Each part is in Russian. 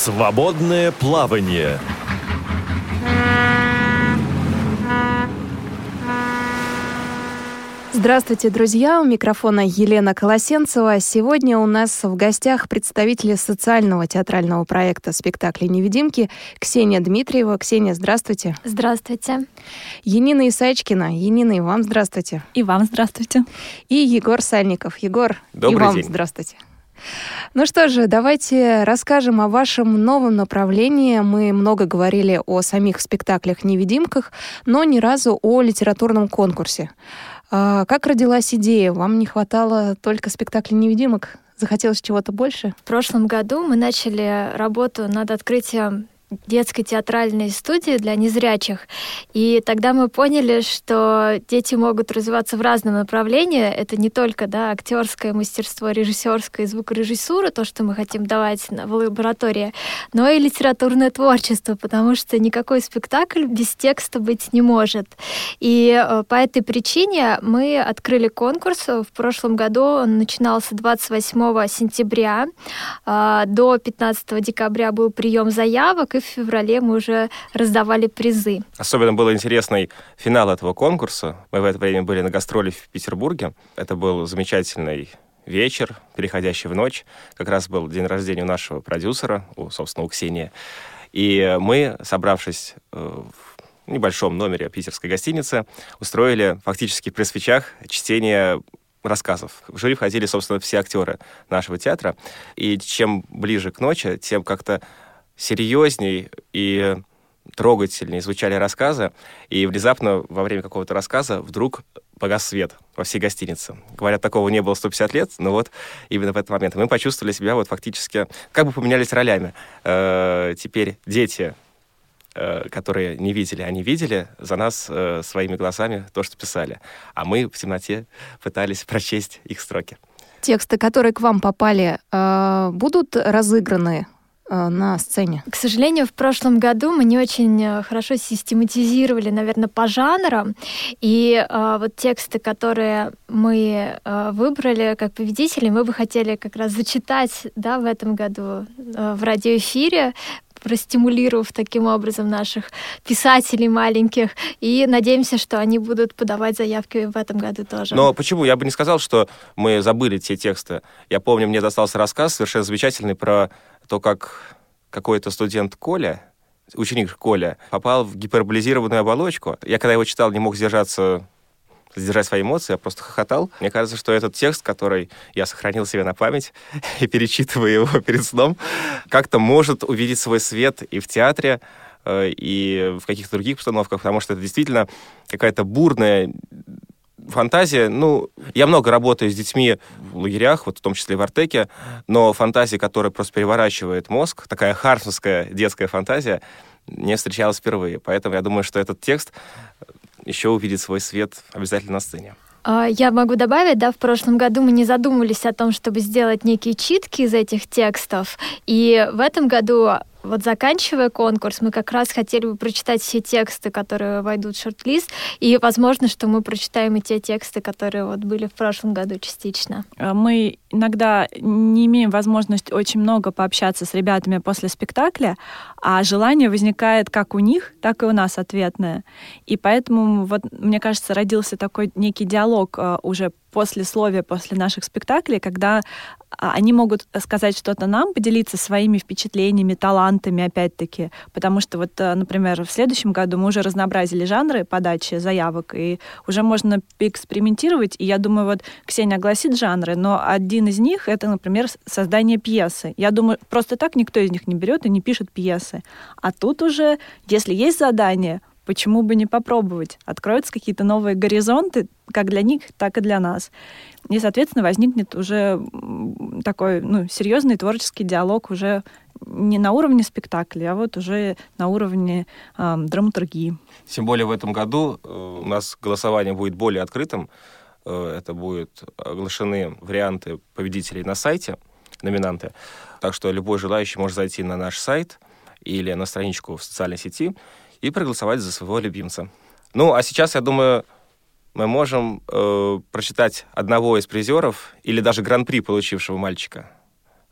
Свободное плавание. Здравствуйте, друзья! У микрофона Елена Колосенцева. Сегодня у нас в гостях представители социального театрального проекта «Спектакли невидимки» Ксения Дмитриева. Ксения, здравствуйте. Здравствуйте. Енина Исаечкина. Енина, и вам здравствуйте. И вам здравствуйте. И Егор Сальников. Егор, добрый и вам день. Здравствуйте. Ну что же, давайте расскажем о вашем новом направлении. Мы много говорили о самих спектаклях-невидимках, но ни разу о литературном конкурсе. Как родилась идея? Вам не хватало только спектаклей невидимок? Захотелось чего-то больше? В прошлом году мы начали работу над открытием детской театральной студии для незрячих. И тогда мы поняли, что дети могут развиваться в разном направлении. Это не только актерское мастерство, режиссерское и звукорежиссура, то, что мы хотим давать в лаборатории, но и литературное творчество, потому что никакой спектакль без текста быть не может. И по этой причине мы открыли конкурс. В прошлом году он начинался 28 сентября. До 15 декабря был прием заявок, и в феврале мы уже раздавали призы. Особенно был интересный финал этого конкурса. Мы в это время были на гастроли в Петербурге. Это был замечательный вечер, переходящий в ночь. Как раз был день рождения у нашего продюсера, собственно, у Ксении. И мы, собравшись в небольшом номере питерской гостиницы, устроили фактически при свечах чтение рассказов. В жюри входили, собственно, все актеры нашего театра. И чем ближе к ночи, тем как-то серьезней и трогательней звучали рассказы, и внезапно во время какого-то рассказа вдруг погас свет во всей гостинице. Говорят, такого не было 150 лет, но вот именно в этот момент мы почувствовали себя фактически, как бы поменялись ролями. Теперь дети, которые не видели, они видели за нас своими глазами то, что писали, а мы в темноте пытались прочесть их строки. Тексты, которые к вам попали, будут разыграны на сцене? К сожалению, в прошлом году мы не очень хорошо систематизировали, наверное, по жанрам. И вот тексты, которые мы выбрали как победители, мы бы хотели как раз зачитать в этом году в радиоэфире, простимулировав таким образом наших писателей маленьких. И надеемся, что они будут подавать заявки в этом году тоже. Но почему? Я бы не сказал, что мы забыли те тексты. Я помню, мне достался рассказ совершенно замечательный про то, как какой-то студент Коля, ученик Коля, попал в гиперболизированную оболочку. Я, когда его читал, не мог сдержать свои эмоции, я просто хохотал. Мне кажется, что этот текст, который я сохранил себе на память и перечитывая его перед сном, как-то может увидеть свой свет и в театре, и в каких-то других постановках, потому что это действительно какая-то бурная фантазия. Я много работаю с детьми в лагерях, в том числе в Артеке, но фантазия, которая просто переворачивает мозг, такая хармсовская детская фантазия, не встречалась впервые. Поэтому я думаю, что этот текст еще увидит свой свет обязательно на сцене. Я могу добавить, в прошлом году мы не задумывались о том, чтобы сделать некие читки из этих текстов, и в этом году, заканчивая конкурс, мы как раз хотели бы прочитать все тексты, которые войдут в шорт-лист, и возможно, что мы прочитаем и те тексты, которые были в прошлом году частично. Мы иногда не имеем возможности очень много пообщаться с ребятами после спектакля, а желание возникает как у них, так и у нас ответное. И поэтому, мне кажется, родился такой некий диалог уже после наших спектаклей, когда они могут сказать что-то нам, поделиться своими впечатлениями, талантами, опять-таки. Потому что, например, в следующем году мы уже разнообразили жанры подачи заявок, и уже можно поэкспериментировать. И я думаю, Ксения огласит жанры, но один из них — это, например, создание пьесы. Я думаю, просто так никто из них не берет и не пишет пьесы. А тут уже, если есть задание, почему бы не попробовать? Откроются какие-то новые горизонты, как для них, так и для нас. И, соответственно, возникнет уже такой серьезный творческий диалог уже не на уровне спектакля, а уже на уровне драматургии. Тем более в этом году у нас голосование будет более открытым. Это будут оглашены варианты победителей на сайте, номинанты. Так что любой желающий может зайти на наш сайт или на страничку в социальной сети и проголосовать за своего любимца. А сейчас, я думаю, мы можем прочитать одного из призеров или даже гран-при получившего мальчика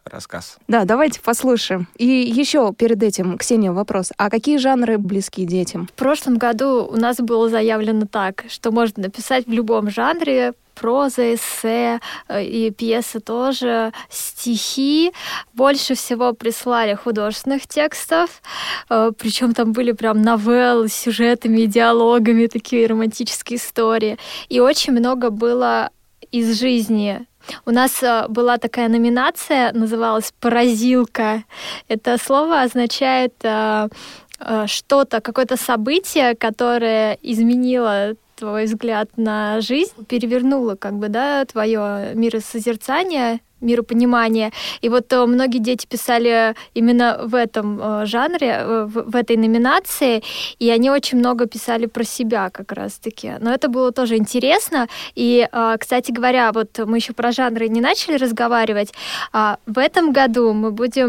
рассказ. Да, давайте послушаем. И еще перед этим, Ксения, вопрос. А какие жанры близки детям? В прошлом году у нас было заявлено так, что можно написать в любом жанре: проза, эссе и пьесы тоже, стихи. Больше всего прислали художественных текстов, причем там были прям новеллы с сюжетами и диалогами, такие романтические истории. И очень много было из жизни. У нас была такая номинация, называлась «Поразилка». Это слово означает что-то, какое-то событие, которое изменило твой взгляд на жизнь, перевернуло твое миросозерцание, миропонимание. И вот многие дети писали именно в этом жанре, в этой номинации, и они очень много писали про себя как раз-таки. Но это было тоже интересно. И, кстати говоря, вот мы еще про жанры не начали разговаривать. В этом году в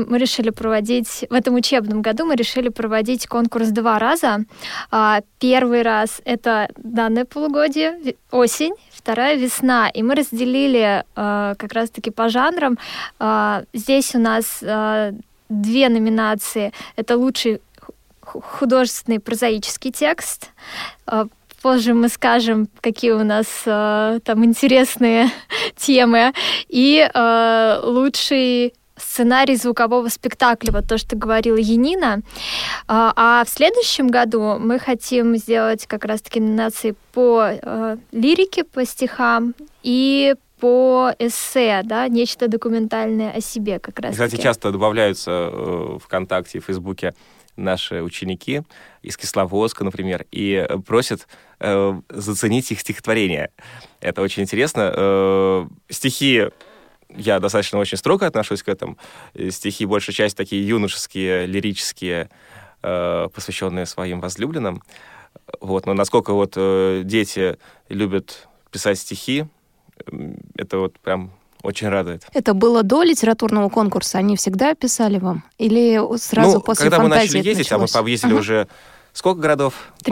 этом учебном году мы решили проводить конкурс 2 раза. Первый раз — это данное полугодие, осень, вторая — весна. И мы разделили как раз-таки по жанрам. Здесь у нас 2 номинации. Это лучший художественный прозаический текст. Позже мы скажем, какие у нас там интересные темы. И лучший сценарий звукового спектакля, вот то, что говорила Янина. А в следующем году мы хотим сделать как раз-таки номинации по лирике, по стихам и по эссе, да, нечто документальное о себе как раз. Кстати, часто добавляются ВКонтакте и Фейсбуке наши ученики из Кисловодска, например, и просят заценить их стихотворение. Это очень интересно. Стихи, я достаточно очень строго отношусь к этому. Стихи, большая часть, такие юношеские, лирические, посвященные своим возлюбленным. Вот. Но насколько дети любят писать стихи, это вот прям очень радует. Это было до литературного конкурса? Они всегда писали вам? Или сразу после когда фантазии? Когда мы начали ездить, мы объездили уже сколько городов?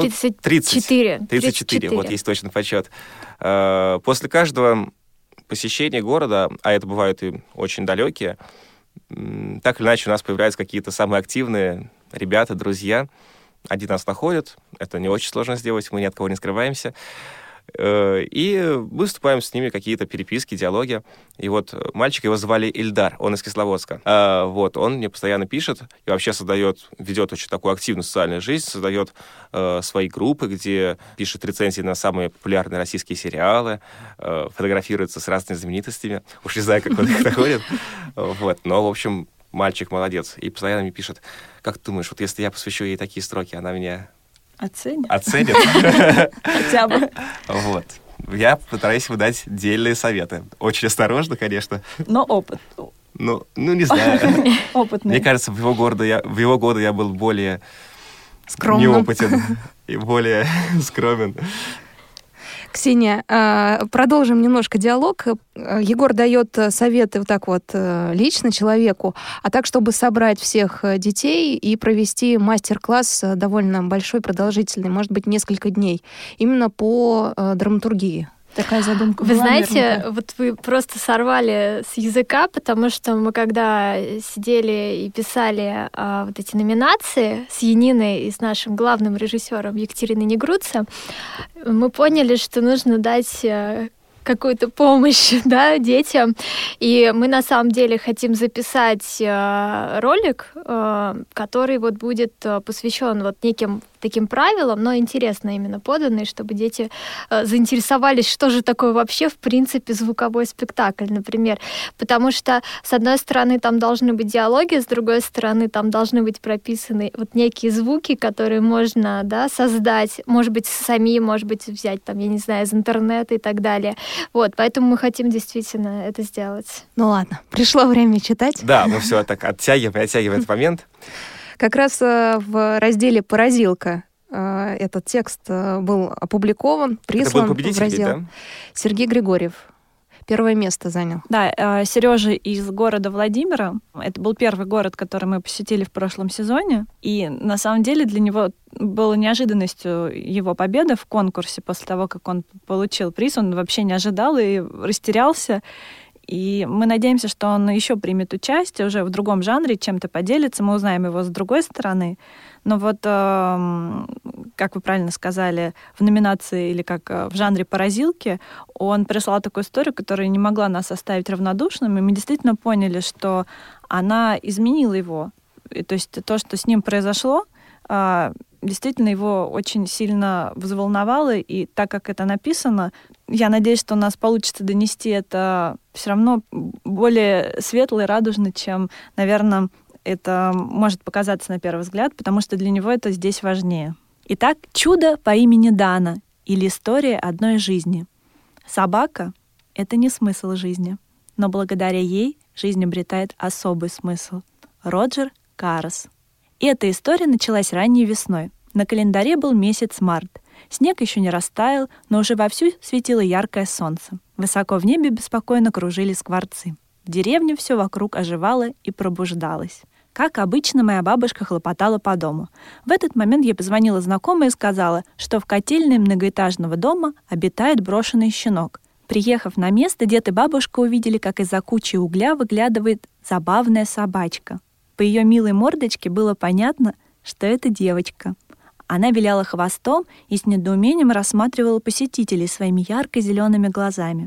34. 34, вот есть точный подсчет. После каждого посещения города, а это бывают и очень далекие, так или иначе у нас появляются какие-то самые активные ребята, друзья. Они нас находят, это не очень сложно сделать, мы ни от кого не скрываемся. И мы вступаем с ними в какие-то переписки, диалоги. И вот мальчика, его звали Ильдар, он из Кисловодска. Он мне постоянно пишет и вообще ведет очень такую активную социальную жизнь, создает свои группы, где пишет рецензии на самые популярные российские сериалы, фотографируется с разными знаменитостями. Уж не знаю, как он их находит. Но, в общем, мальчик молодец. И постоянно мне пишет: как ты думаешь, вот если я посвящу ей такие строки, она меня... Оценит? Хотя бы. Вот. Я пытаюсь выдать дельные советы. Очень осторожно, конечно. Но опыт. Не знаю. Опытный. Мне кажется, в его годы я был более скромным, неопытен и более скромен. Ксения, продолжим немножко диалог. Егор дает советы лично человеку, а так, чтобы собрать всех детей и провести мастер-класс довольно большой, продолжительный, может быть, несколько дней, именно по драматургии. Такая задумка Вы была, знаете, наверняка. вот вы просто сорвали с языка, потому что мы когда сидели и писали вот эти номинации с Яниной и с нашим главным режиссером Екатериной Негруце, мы поняли, что нужно дать какую-то помощь, да, детям. И мы на самом деле хотим записать ролик, который будет посвящен неким таким правилам, но интересно именно поданный, чтобы дети заинтересовались, что же такое вообще в принципе звуковой спектакль, например. Потому что, с одной стороны, там должны быть диалоги, с другой стороны, там должны быть прописаны некие звуки, которые можно, да, создать, может быть, сами, может быть, взять, там, я не знаю, из интернета и так далее. Поэтому мы хотим действительно это сделать. Ну ладно, пришло время читать. Да, мы все так оттягиваем этот момент. Как раз в разделе «Поразилка» этот текст был опубликован, прислан в раздел. Да? Сергей Григорьев. Первое место занял. Да, Сережа из города Владимира. Это был первый город, который мы посетили в прошлом сезоне. И на самом деле для него было неожиданностью его победа в конкурсе после того, как он получил приз. Он вообще не ожидал и растерялся. И мы надеемся, что он еще примет участие уже в другом жанре, чем-то поделится, мы узнаем его с другой стороны. Но вот, как вы правильно сказали, в номинации или как в жанре «Поразилки» он прислал такую историю, которая не могла нас оставить равнодушными. Мы действительно поняли, что она изменила его. И, то есть то, что с ним произошло, действительно его очень сильно взволновало. И так как это написано, я надеюсь, что у нас получится донести это все равно более светло и радужно, чем, наверное, это может показаться на первый взгляд, потому что для него это здесь важнее. Итак, «Чудо по имени Дана» или «История одной жизни». Собака — это не смысл жизни, но благодаря ей жизнь обретает особый смысл. Роджер Каррес. И эта история началась ранней весной. На календаре был месяц март. Снег еще не растаял, но уже вовсю светило яркое солнце. Высоко в небе беспокойно кружили скворцы. В деревне все вокруг оживало и пробуждалось. Как обычно, моя бабушка хлопотала по дому. В этот момент я позвонила знакомой и сказала, что в котельной многоэтажного дома обитает брошенный щенок. Приехав на место, дед и бабушка увидели, как из-за кучи угля выглядывает забавная собачка. По ее милой мордочке было понятно, что это девочка. Она виляла хвостом и с недоумением рассматривала посетителей своими ярко-зелеными глазами.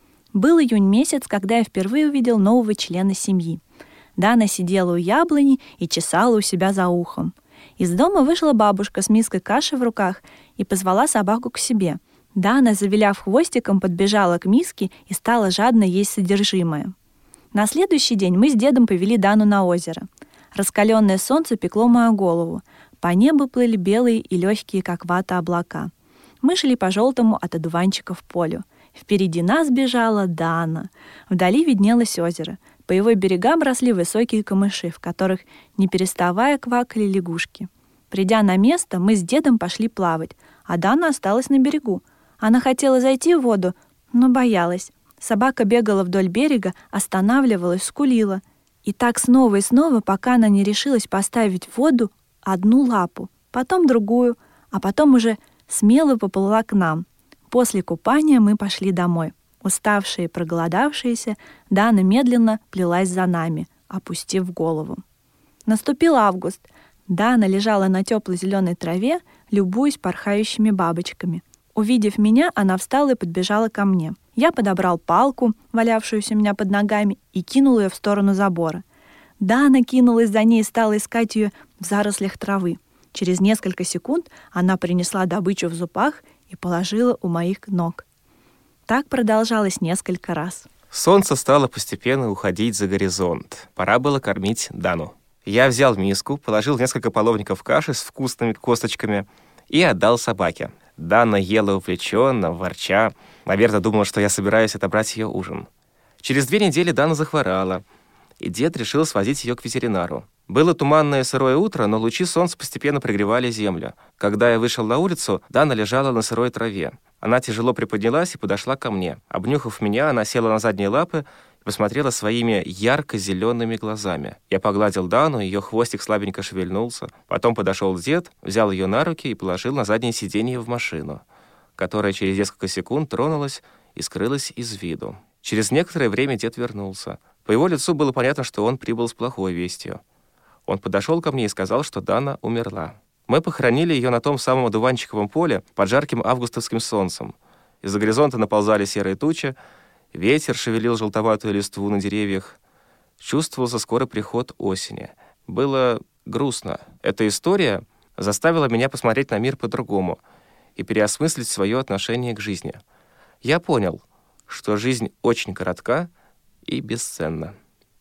Был июнь месяц, когда я впервые увидел нового члена семьи. Дана сидела у яблони и чесала у себя за ухом. Из дома вышла бабушка с миской каши в руках и позвала собаку к себе. Дана, завиляв хвостиком, подбежала к миске и стала жадно есть содержимое. На следующий день мы с дедом повели Дану на озеро. Раскаленное солнце пекло мою голову. По небу плыли белые и легкие, как вата, облака. Мы шли по желтому от одуванчиков полю. Впереди нас бежала Дана. Вдали виднелось озеро. По его берегам росли высокие камыши, в которых, не переставая, квакали лягушки. Придя на место, мы с дедом пошли плавать, а Дана осталась на берегу. Она хотела зайти в воду, но боялась. Собака бегала вдоль берега, останавливалась, скулила. И так снова и снова, пока она не решилась поставить в воду одну лапу, потом другую, а потом уже смело поплыла к нам. После купания мы пошли домой. Уставшие и проголодавшиеся, Дана медленно плелась за нами, опустив голову. Наступил август. Дана лежала на теплой зеленой траве, любуясь порхающими бабочками. Увидев меня, она встала и подбежала ко мне. Я подобрал палку, валявшуюся у меня под ногами, и кинул ее в сторону забора. Дана кинулась за ней и стала искать ее в зарослях травы. Через несколько секунд она принесла добычу в зубах и положила у моих ног. Так продолжалось несколько раз. Солнце стало постепенно уходить за горизонт. Пора было кормить Дану. Я взял миску, положил несколько половников каши с вкусными косточками и отдал собаке. Дана ела увлеченно, ворча. Наверное, думала, что я собираюсь отобрать ее ужин. Через 2 недели Дана захворала, и дед решил свозить ее к ветеринару. Было туманное сырое утро, но лучи солнца постепенно пригревали землю. Когда я вышел на улицу, Дана лежала на сырой траве. Она тяжело приподнялась и подошла ко мне. Обнюхав меня, она села на задние лапы и посмотрела своими ярко-зелеными глазами. Я погладил Дану, ее хвостик слабенько шевельнулся. Потом подошел дед, взял ее на руки и положил на заднее сиденье в машину, которая через несколько секунд тронулась и скрылась из виду. Через некоторое время дед вернулся. По его лицу было понятно, что он прибыл с плохой вестью. Он подошел ко мне и сказал, что Дана умерла. Мы похоронили ее на том самом одуванчиковом поле под жарким августовским солнцем. Из-за горизонта наползали серые тучи, ветер шевелил желтоватую листву на деревьях. Чувствовался скорый приход осени. Было грустно. Эта история заставила меня посмотреть на мир по-другому и переосмыслить свое отношение к жизни. Я понял, что жизнь очень коротка и бесценна.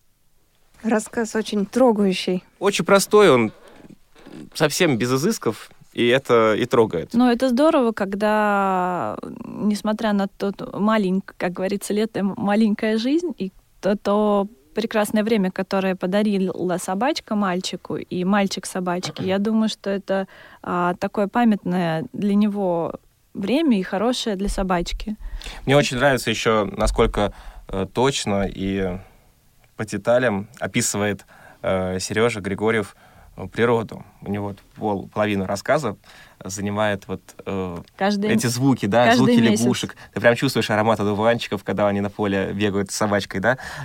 Рассказ очень трогающий. Очень простой, он совсем без изысков, и это и трогает. Но это здорово, когда, несмотря на тот маленький, как говорится, лето, маленькая жизнь, и то прекрасное время, которое подарила собачка мальчику и мальчик собачке, я думаю, что это такое памятное для него время и хорошее для собачки. Мне очень нравится еще, насколько точно и по деталям описывает Сережа Григорьев природу. У него половину рассказа занимает эти звуки, звуки месяц. лягушек. Ты прям чувствуешь аромат одуванчиков, когда они на поле бегают с собачкой,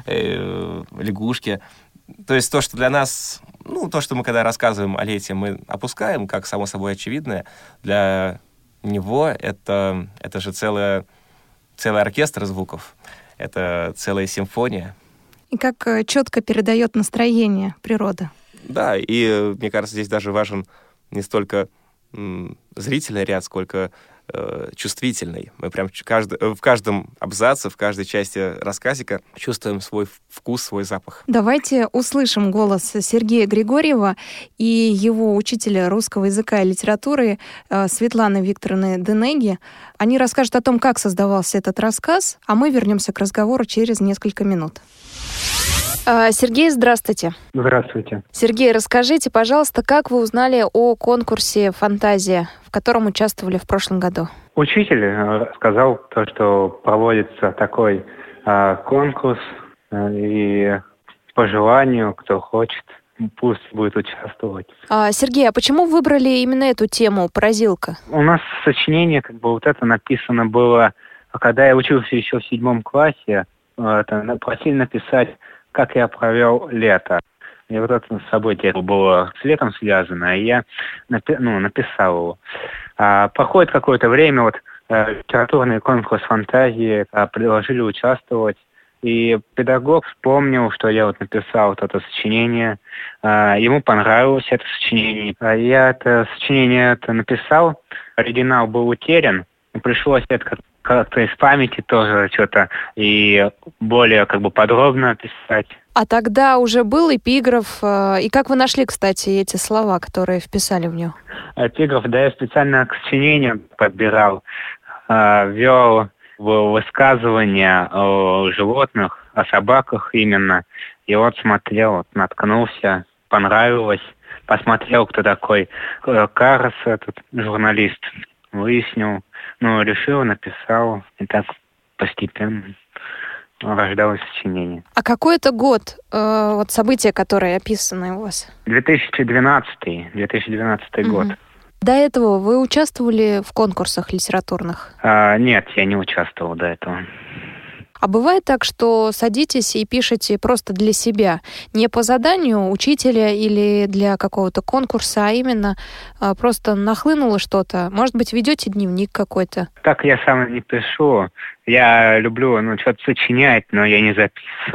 лягушки. То есть то, что для нас, то, что мы когда рассказываем о лете, мы опускаем, как само собой очевидное, для него это же целый оркестр звуков, это целая симфония. И как четко передает настроение природа. Да, и мне кажется, здесь даже важен не столько зрительный ряд, сколько чувствительный. Мы прям в каждом абзаце, в каждой части рассказика чувствуем свой вкус, свой запах. Давайте услышим голос Сергея Григорьева и его учителя русского языка и литературы Светланы Викторовны Денеги. Они расскажут о том, как создавался этот рассказ, а мы вернемся к разговору через несколько минут. Сергей, здравствуйте. Здравствуйте. Сергей, расскажите, пожалуйста, как вы узнали о конкурсе «Фантазия», в котором участвовали в прошлом году? Учитель сказал, что проводится такой конкурс, и по желанию, кто хочет, пусть будет участвовать. Сергей, а почему выбрали именно эту тему «Поразилка»? У нас сочинение, это написано было, когда я учился еще в 7 классе, просили написать, как я провел лето. И это с событие было с летом связано, и я написал его. Проходит какое-то время, литературный конкурс фантазии, предложили участвовать, и педагог вспомнил, что я написал это сочинение, ему понравилось это сочинение. Я это сочинение написал, оригинал был утерян, пришлось это как-то из памяти тоже что-то и более подробно писать. А тогда уже был эпиграф. И как вы нашли, кстати, эти слова, которые вписали в него? Эпиграф, я специально к сочинению подбирал. Вел высказывания о животных, о собаках именно. И смотрел, наткнулся, понравилось. Посмотрел, кто такой Карас, этот журналист. Выяснил. Решил, написал. И так постепенно рождалось сочинение. А какой это год, события, которые описаны у вас? 2012 год. До этого вы участвовали в конкурсах литературных? Нет, я не участвовал до этого. А бывает так, что садитесь и пишете просто для себя, не по заданию учителя или для какого-то конкурса, а именно просто нахлынуло что-то? Может быть, ведете дневник какой-то? Так я сам не пишу. Я люблю что-то сочинять, но я не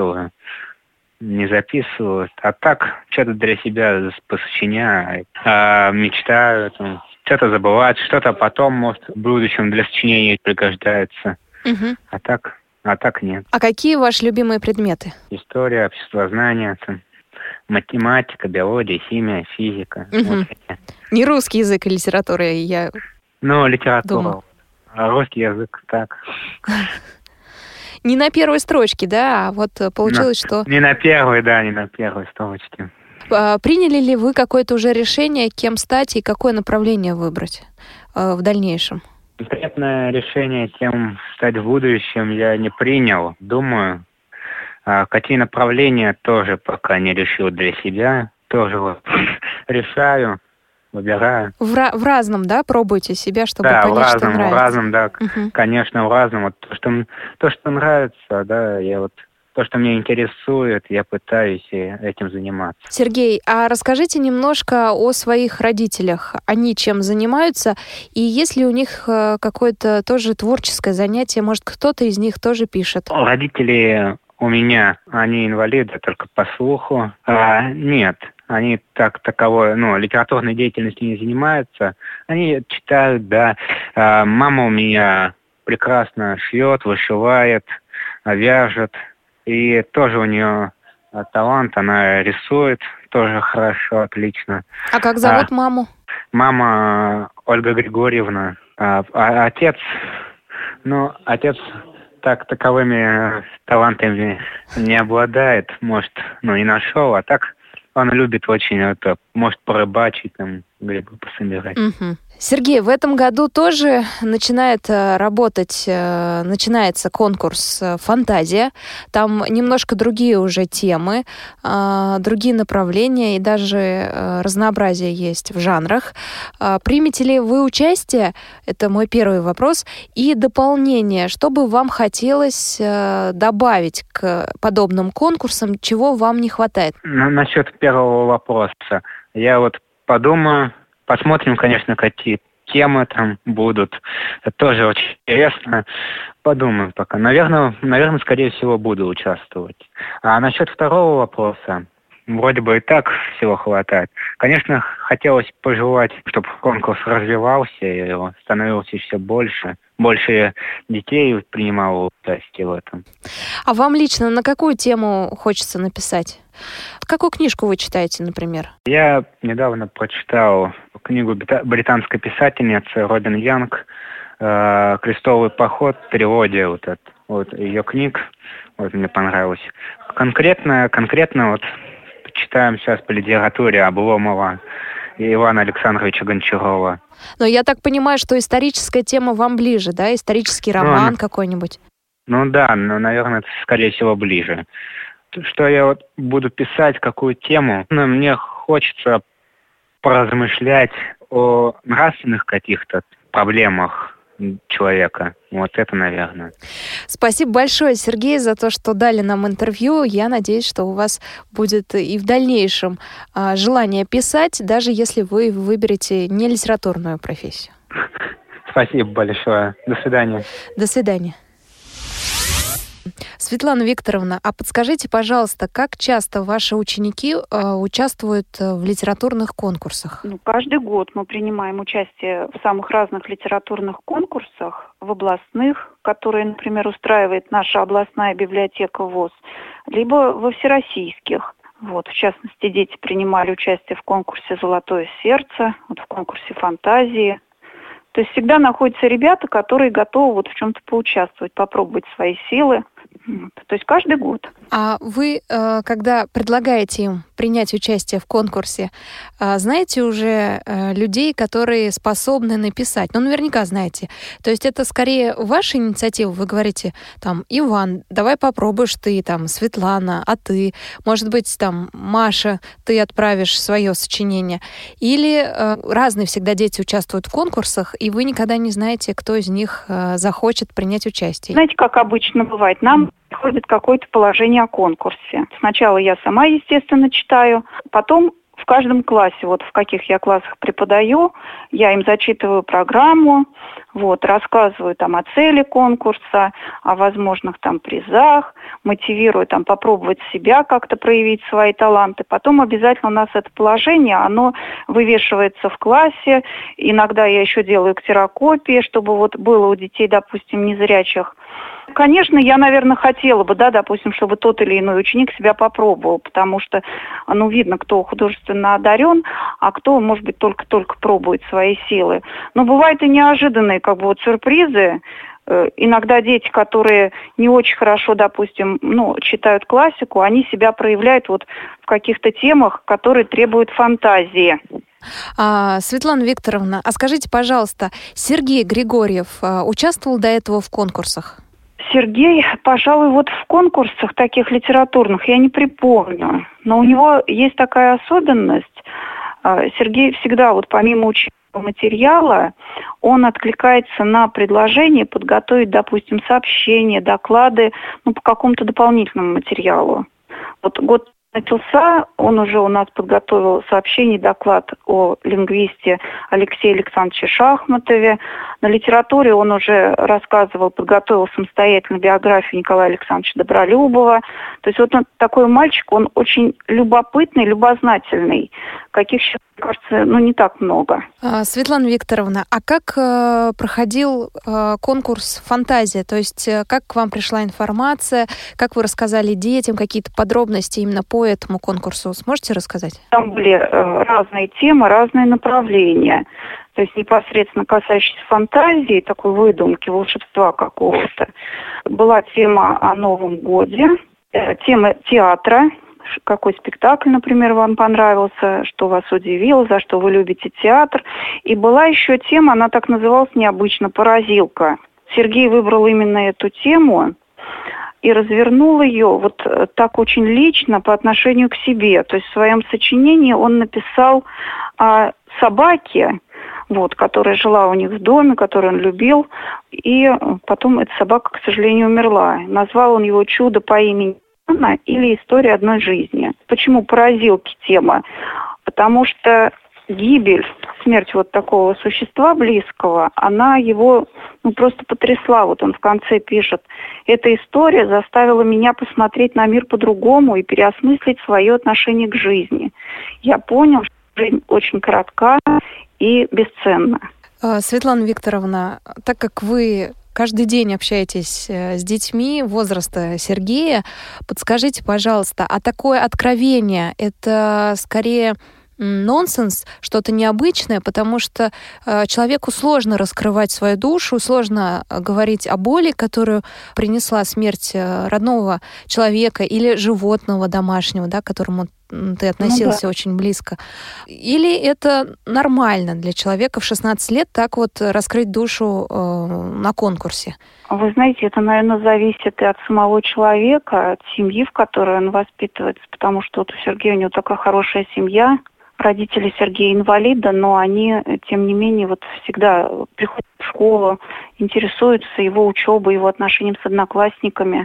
записываю. А так, что-то для себя посочиняю, мечтаю, что-то забывать, что-то потом, может, в будущем для сочинения пригождается. Угу. А так нет. А какие ваши любимые предметы? История, обществознание, математика, биология, химия, физика. Угу. Не русский язык и литература, я литература. думал. А русский язык так. Не на первой строчке, да? А получилось, что... Не на первой строчке. Приняли ли вы какое-то уже решение, кем стать и какое направление выбрать в дальнейшем? Конкретное решение, кем стать в будущем, я не принял. Думаю, какие направления тоже пока не решил для себя. Тоже решаю, выбираю. В разном, да, пробуйте себя, чтобы понять, что нравится? В разном, да. Угу. Конечно, в разном. То, что нравится, да, то, что меня интересует, я пытаюсь этим заниматься. Сергей, а расскажите немножко о своих родителях. Они чем занимаются? И есть ли у них какое-то тоже творческое занятие? Может, кто-то из них тоже пишет? Родители у меня, они инвалиды, только по слуху. Нет, они таковой, литературной деятельностью не занимаются. Они читают, да. Мама у меня прекрасно шьет, вышивает, вяжет. И тоже у нее талант, она рисует тоже хорошо, отлично. А как зовут маму? Мама Ольга Григорьевна. Отец таковыми талантами не обладает, может, не нашел, а так он любит очень может порыбачить, грибы пособирать. Сергей, в этом году тоже начинается конкурс «Фантазия». Там немножко другие уже темы, другие направления и даже разнообразие есть в жанрах. Примете ли вы участие? Это мой первый вопрос. И дополнение. Что бы вам хотелось добавить к подобным конкурсам? Чего вам не хватает? Насчет первого вопроса. Я вот подумаю. Посмотрим, конечно, какие темы там будут. Это тоже очень интересно. Подумаем пока. Наверное, скорее всего, буду участвовать. А насчет второго вопроса. Вроде бы и так всего хватает. Конечно, хотелось пожелать, чтобы конкурс развивался и становился все больше. Больше детей принимало участие в этом. А вам лично на какую тему хочется написать? Какую книжку вы читаете, например? Я недавно прочитал книгу британской писательницы Робин Янг «Крестовый поход», трилогия вот ее книг. Вот мне понравилось. Конкретно вот читаем сейчас по литературе Обломова и Ивана Александровича Гончарова. Но я так понимаю, что историческая тема вам ближе, да? Исторический роман какой-нибудь? Наверное, это, скорее всего, ближе. Что я вот буду писать, какую тему? Мне хочется поразмышлять о нравственных каких-то проблемах человека. Вот это, наверное. Спасибо большое, Сергей, за то, что дали нам интервью. Я надеюсь, что у вас будет и в дальнейшем желание писать, даже если вы выберете не литературную профессию. Спасибо большое. До свидания. До свидания. Светлана Викторовна, а подскажите, пожалуйста, как часто ваши ученики участвуют в литературных конкурсах? Каждый год мы принимаем участие в самых разных литературных конкурсах, в областных, которые, например, устраивает наша областная библиотека ВОС, либо во всероссийских. В частности, дети принимали участие в конкурсе «Золотое сердце», в конкурсе «Фантазии». То есть всегда находятся ребята, которые готовы в чем-то поучаствовать, попробовать свои силы. То есть каждый год. А вы, когда предлагаете им принять участие в конкурсе, знаете уже людей, которые способны написать? Наверняка знаете. То есть это скорее ваша инициатива? Вы говорите, Иван, давай попробуешь ты, Светлана, а ты? Может быть, Маша, ты отправишь свое сочинение? Или разные всегда дети участвуют в конкурсах, и вы никогда не знаете, кто из них захочет принять участие? Знаете, как обычно бывает, нам приходит какое-то положение о конкурсе. Сначала я сама, естественно, читаю, потом в каждом классе, в каких я классах преподаю, я им зачитываю программу, рассказываю о цели конкурса, о возможных призах, мотивирую попробовать себя как-то проявить свои таланты. Потом обязательно у нас это положение, оно вывешивается в классе. Иногда я еще делаю ксерокопии, чтобы было у детей, допустим, незрячих. Конечно, я, наверное, хотела бы, допустим, чтобы тот или иной ученик себя попробовал, потому что, видно, кто художественно одарен, а кто, может быть, только-только пробует свои силы. Но бывают и неожиданные, сюрпризы. Иногда дети, которые не очень хорошо, допустим, читают классику, они себя проявляют в каких-то темах, которые требуют фантазии. Светлана Викторовна, а скажите, пожалуйста, Сергей Григорьев участвовал до этого в конкурсах? Сергей, пожалуй, в конкурсах таких литературных я не припомню. Но у него есть такая особенность. Сергей всегда, помимо учебного материала, он откликается на предложение подготовить, допустим, сообщения, доклады, по какому-то дополнительному материалу. Год начался, он уже у нас подготовил сообщение, доклад о лингвисте Алексее Александровиче Шахматове. На литературе он уже рассказывал, подготовил самостоятельно биографию Николая Александровича Добролюбова. То есть он такой мальчик, он очень любопытный, любознательный. Каких сейчас, кажется, не так много. Светлана Викторовна, а как проходил конкурс «Фантазия»? То есть как к вам пришла информация, как вы рассказали детям, какие-то подробности именно по этому конкурсу? Сможете рассказать? Там были разные темы, разные направления. То есть непосредственно касающиеся фантазии, такой выдумки, волшебства какого-то. Была тема о Новом годе, тема театра, какой спектакль, например, вам понравился, что вас удивило, за что вы любите театр. И была еще тема, она так называлась необычно, «Поразилка». Сергей выбрал именно эту тему и развернул ее вот так очень лично по отношению к себе. То есть в своем сочинении он написал о собаке, вот, которая жила у них в доме, которую он любил, и потом эта собака, к сожалению, умерла. Назвал он его «Чудо по имени Анна» или «История одной жизни». Почему поразилки тема? Потому что гибель, смерть вот такого существа близкого, она его просто потрясла. Вот он в конце пишет: «Эта история заставила меня посмотреть на мир по-другому и переосмыслить свое отношение к жизни. Я понял, что жизнь очень коротка и бесценна». Светлана Викторовна, так как вы каждый день общаетесь с детьми возраста Сергея, подскажите, пожалуйста, а такое откровение — это скорее нонсенс, что-то необычное, потому что человеку сложно раскрывать свою душу, сложно говорить о боли, которую принесла смерть родного человека или животного домашнего, да, к которому ты относился очень близко. Или это нормально для человека в 16 лет так вот раскрыть душу на конкурсе? Вы знаете, это, наверное, зависит и от самого человека, от семьи, в которой он воспитывается, потому что вот у Сергея, у него такая хорошая семья. Родители Сергея инвалида, но они, тем не менее, вот всегда приходят в школу, интересуются его учебой, его отношением с одноклассниками,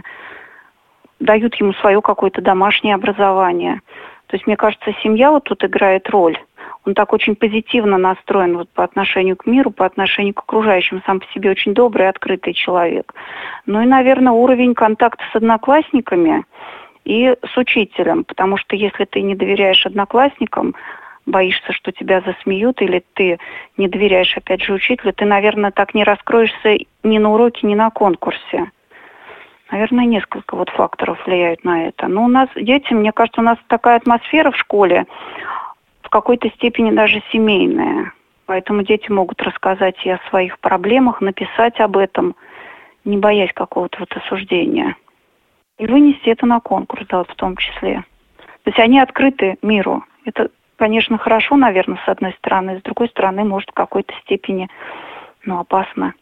дают ему свое какое-то домашнее образование. То есть, мне кажется, семья вот тут играет роль. Он так очень позитивно настроен вот по отношению к миру, по отношению к окружающим, сам по себе очень добрый, открытый человек. Ну и, наверное, уровень контакта с одноклассниками и с учителем, потому что если ты не доверяешь одноклассникам, боишься, что тебя засмеют, или ты не доверяешь, опять же, учителю, ты, наверное, так не раскроешься ни на уроке, ни на конкурсе. Наверное, несколько вот факторов влияют на это. Но у нас, дети, мне кажется, у нас такая атмосфера в школе, в какой-то степени даже семейная. Поэтому дети могут рассказать и о своих проблемах, написать об этом, не боясь какого-то вот осуждения. И вынести это на конкурс, да, вот в том числе. То есть они открыты миру. Это, конечно, хорошо, наверное, с одной стороны. С другой стороны, может, в какой-то степени, опасно.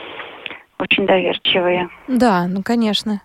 Очень доверчивые. Да, конечно.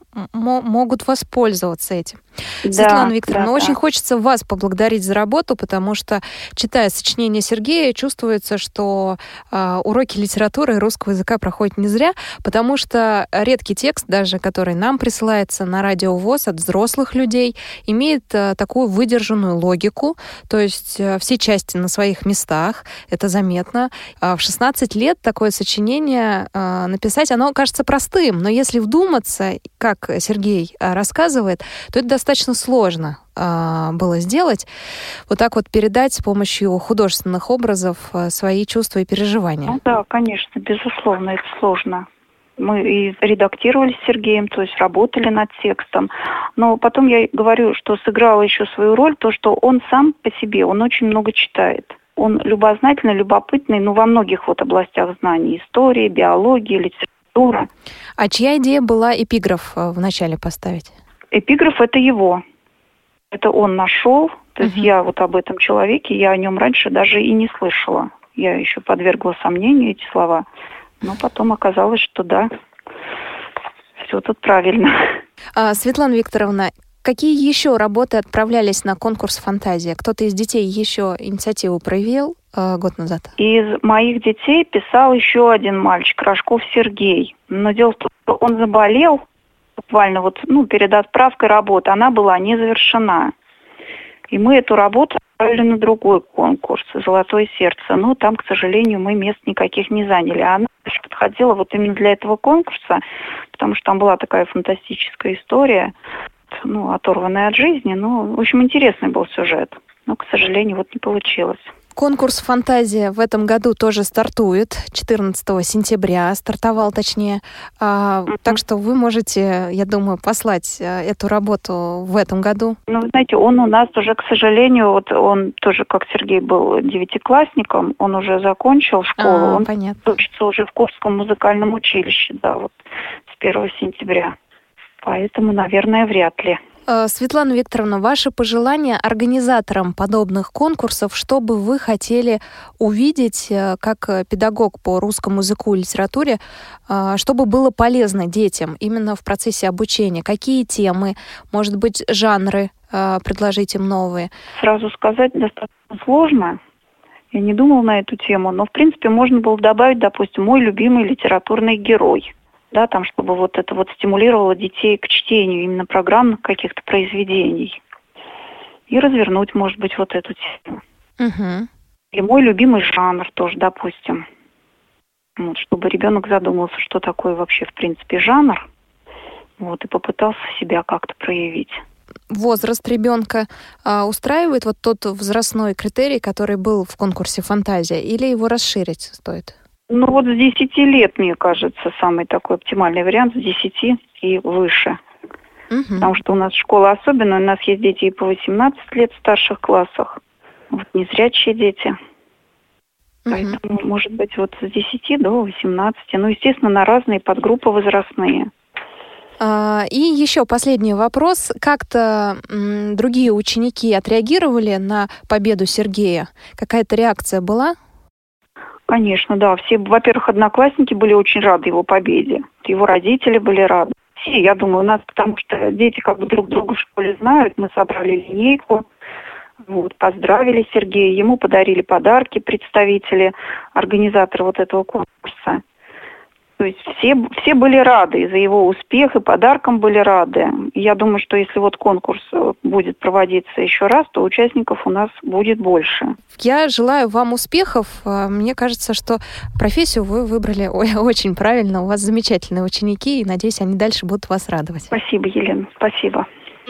Могут воспользоваться этим. Да, Светлана Викторовна, да. очень хочется вас поблагодарить за работу, потому что, читая сочинение Сергея, чувствуется, что уроки литературы и русского языка проходят не зря, потому что редкий текст, даже который нам присылается на Радио ВОС от взрослых людей, имеет такую выдержанную логику, то есть все части на своих местах, это заметно. В 16 лет такое сочинение написать, оно кажется простым, но если вдуматься, как Сергей рассказывает, то это достаточно сложно было сделать. Вот так вот передать с помощью художественных образов свои чувства и переживания. Ну да, конечно, безусловно, это сложно. Мы и редактировали с Сергеем, то есть работали над текстом. Но потом я говорю, что сыграло еще свою роль то, что он сам по себе, он очень много читает. Он любознательный, любопытный, во многих вот областях знаний. Истории, биологии, литературы. А чья идея была эпиграф вначале поставить? Эпиграф — это его. Это он нашел. То есть я вот об этом человеке, я о нем раньше даже и не слышала. Я еще подвергла сомнению эти слова. Но потом оказалось, что да, все тут правильно. Светлана Викторовна, какие еще работы отправлялись на конкурс «Фантазия»? Кто-то из детей еще инициативу проявил год назад? Из моих детей писал еще один мальчик, Рожков Сергей. Но дело в том, что он заболел буквально перед отправкой работы. Она была не завершена. И мы эту работу отправили на другой конкурс «Золотое сердце». Но там, к сожалению, мы мест никаких не заняли. А она подходила вот именно для этого конкурса, потому что там была такая фантастическая история, оторванная от жизни. В общем, интересный был сюжет. Но, к сожалению, не получилось. Конкурс «Фантазия» в этом году тоже стартует. 14 сентября стартовал, точнее. Так что вы можете, я думаю, послать эту работу в этом году. Вы знаете, он у нас уже, к сожалению, он тоже, как Сергей, был девятиклассником, он уже закончил школу. Он понятно. Учится уже в Курском музыкальном училище, с 1 сентября. Поэтому, наверное, вряд ли. Светлана Викторовна, ваши пожелания организаторам подобных конкурсов, что бы вы хотели увидеть как педагог по русскому языку и литературе, чтобы было полезно детям именно в процессе обучения? Какие темы, может быть, жанры предложить им новые? Сразу сказать достаточно сложно. Я не думала на эту тему, но, в принципе, можно было добавить, допустим, мой любимый литературный герой. Да, там, чтобы вот это вот стимулировало детей к чтению именно программных каких-то произведений. И развернуть, может быть, вот эту тему. Угу. И мой любимый жанр тоже, допустим. Вот, чтобы ребенок задумался, что такое вообще, в принципе, жанр. Вот, и попытался себя как-то проявить. Возраст ребенка устраивает вот тот возрастной критерий, который был в конкурсе «Фантазия», или его расширить стоит? Ну вот с 10 лет, мне кажется, самый такой оптимальный вариант, с 10 и выше. Угу. Потому что у нас школа особенная, у нас есть дети и по 18 лет в старших классах, вот незрячие дети. Поэтому, может быть, вот с 10 до 18, ну, естественно, на разные подгруппы возрастные. И еще последний вопрос. Как-то другие ученики отреагировали на победу Сергея? Какая-то реакция была? Конечно, да. Все, во-первых, одноклассники были очень рады его победе. Его родители были рады. Все, я думаю, у нас, потому что дети как бы друг друга в школе знают. Мы собрали линейку, вот, поздравили Сергея. Ему подарили подарки представители, организаторы вот этого конкурса. То есть все были рады за его успех, и подаркам были рады. Я думаю, что если вот конкурс будет проводиться еще раз, то участников у нас будет больше. Я желаю вам успехов. Мне кажется, что профессию вы выбрали очень правильно. У вас замечательные ученики, и, надеюсь, они дальше будут вас радовать. Спасибо, Елена, спасибо.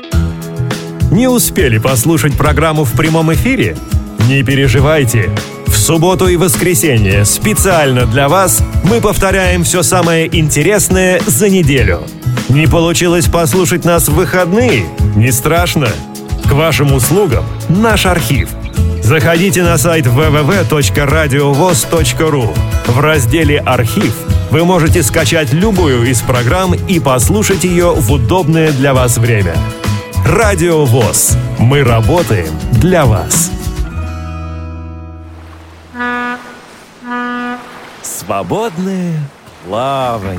Не успели послушать программу в прямом эфире? Не переживайте. В субботу и воскресенье специально для вас мы повторяем все самое интересное за неделю. Не получилось послушать нас в выходные? Не страшно. К вашим услугам наш архив. Заходите на сайт www.radiovoz.ru. В разделе «Архив» вы можете скачать любую из программ и послушать ее в удобное для вас время. Радио ВОС. Мы работаем для вас. Свободное плавание.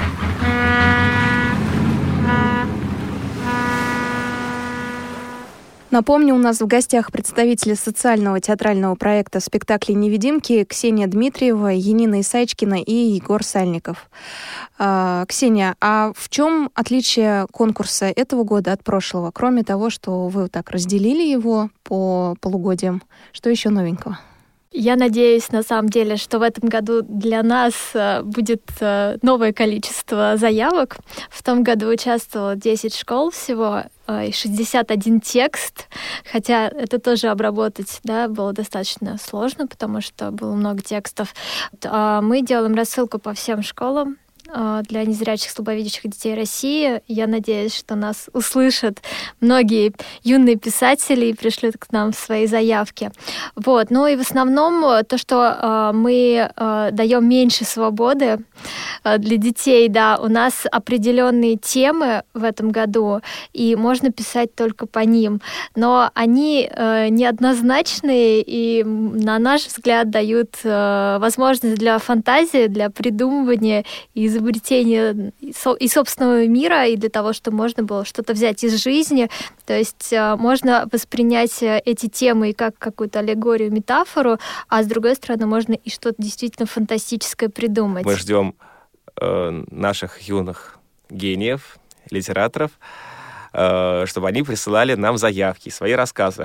Напомню, у нас в гостях представители социального театрального проекта «Спектакли невидимки» Ксения Дмитриева, Янина Исайчкина и Егор Сальников. Ксения, а в чем отличие конкурса этого года от прошлого? Кроме того, что вы так разделили его по полугодиям, что еще новенького? Я надеюсь, на самом деле, что в этом году для нас будет новое количество заявок. В том году участвовало 10 школ всего и 61 текст, хотя это тоже обработать, да, было достаточно сложно, потому что было много текстов. Мы делаем рассылку по всем школам для незрячих, слабовидящих детей России. Я надеюсь, что нас услышат многие юные писатели и пришлют к нам свои заявки. Вот. Ну и в основном то, что мы даем меньше свободы для детей, да, у нас определенные темы в этом году, и можно писать только по ним. Но они неоднозначные и, на наш взгляд, дают возможность для фантазии, для придумывания и изобретения и собственного мира, и для того, чтобы можно было что-то взять из жизни. То есть можно воспринять эти темы как какую-то аллегорию, метафору, а с другой стороны можно и что-то действительно фантастическое придумать. Мы ждем наших юных гениев, литераторов, чтобы они присылали нам заявки, свои рассказы.